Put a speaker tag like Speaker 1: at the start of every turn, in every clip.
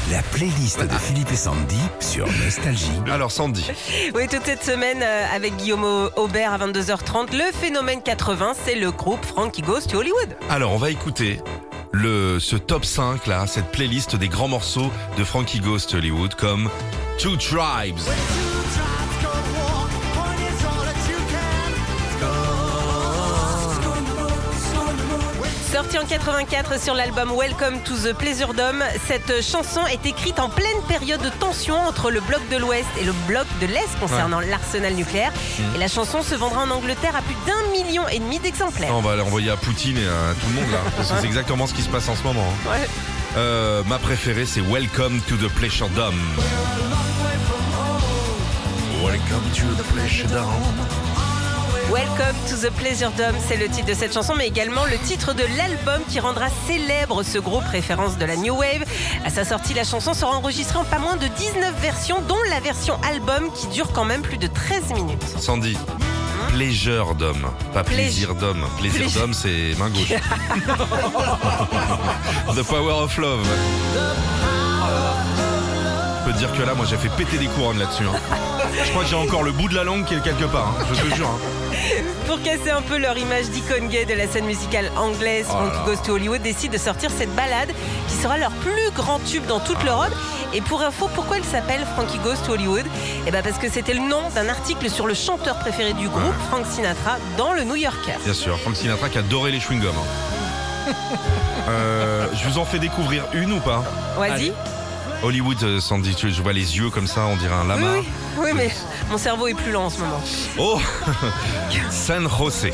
Speaker 1: La playlist de Philippe et Sandy sur Nostalgie.
Speaker 2: Alors Sandy,
Speaker 3: Oui, toute cette semaine, avec Guillaume Aubert à 22h30, le phénomène 80, c'est le groupe Frankie Goes to Hollywood.
Speaker 2: alors on va écouter ce top 5 là, cette playlist des grands morceaux de Frankie Goes to Hollywood comme Two Tribes.
Speaker 3: Sorti en 84 sur l'album Welcome to the Pleasure Dome, cette chanson est écrite en pleine période de tension entre le bloc de l'Ouest et le bloc de l'Est concernant l'arsenal nucléaire. Et la chanson se vendra en Angleterre à plus d'1,5 million d'exemplaires.
Speaker 2: On va l'envoyer à Poutine et à tout le monde là, parce que c'est exactement ce qui se passe en ce moment.
Speaker 3: Ouais.
Speaker 2: Ma préférée c'est Welcome to the Pleasure Dome. Welcome to the Pleasure Dome.
Speaker 3: Welcome to the Pleasure Dome, c'est le titre de cette chanson, mais également le titre de l'album qui rendra célèbre ce groupe, référence de la New Wave. À sa sortie, la chanson sera enregistrée en pas moins de 19 versions, dont la version album qui dure quand même plus de 13 minutes.
Speaker 2: Sandy, Pleasure Dome, pas plaisir d'homme. Plaisir d'homme, c'est main gauche. The Power of Love. Je peux te dire que là, moi j'ai fait péter des couronnes là-dessus. Je crois que j'ai encore le bout de la langue qui est quelque part, je te jure.
Speaker 3: Pour casser un peu leur image d'icône gay de la scène musicale anglaise, Frankie Goes to Hollywood décide de sortir cette ballade qui sera leur plus grand tube dans toute l'Europe. Et pour info, pourquoi elle s'appelle Frankie Goes to Hollywood ? Eh ben parce que c'était le nom d'un article sur le chanteur préféré du groupe, Frank Sinatra, dans le New Yorker.
Speaker 2: Bien sûr, Frank Sinatra qui adorait les chewing-gums. Je vous en fais découvrir une ou pas ?
Speaker 3: Vas-y.
Speaker 2: Hollywood, Sandy, je vois les yeux comme ça, on dirait un lama.
Speaker 3: Oui, mais mon cerveau est plus lent en ce moment.
Speaker 2: Oh, San José.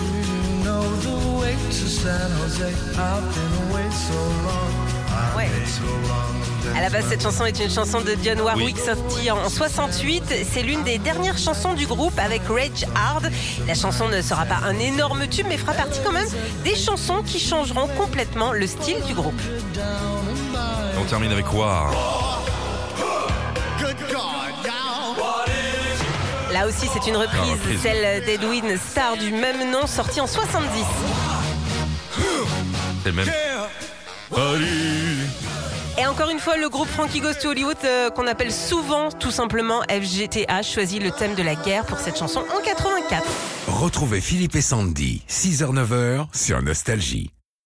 Speaker 3: Ouais. À la base, cette chanson est une chanson de Dionne Warwick sortie en 68. C'est l'une des dernières chansons du groupe avec Rage Hard. La chanson ne sera pas un énorme tube, mais fera partie quand même des chansons qui changeront complètement le style du groupe.
Speaker 2: On termine avec quoi ?
Speaker 3: Là aussi, c'est une reprise, celle d'Edwin Starr du même nom, sortie en 70.
Speaker 2: C'est le même.
Speaker 3: Et encore une fois, le groupe Frankie Goes to Hollywood, qu'on appelle souvent tout simplement FGTH, choisit le thème de la guerre pour cette chanson en 84.
Speaker 1: Retrouvez Philippe et Sandy, 6h-9h sur Nostalgie.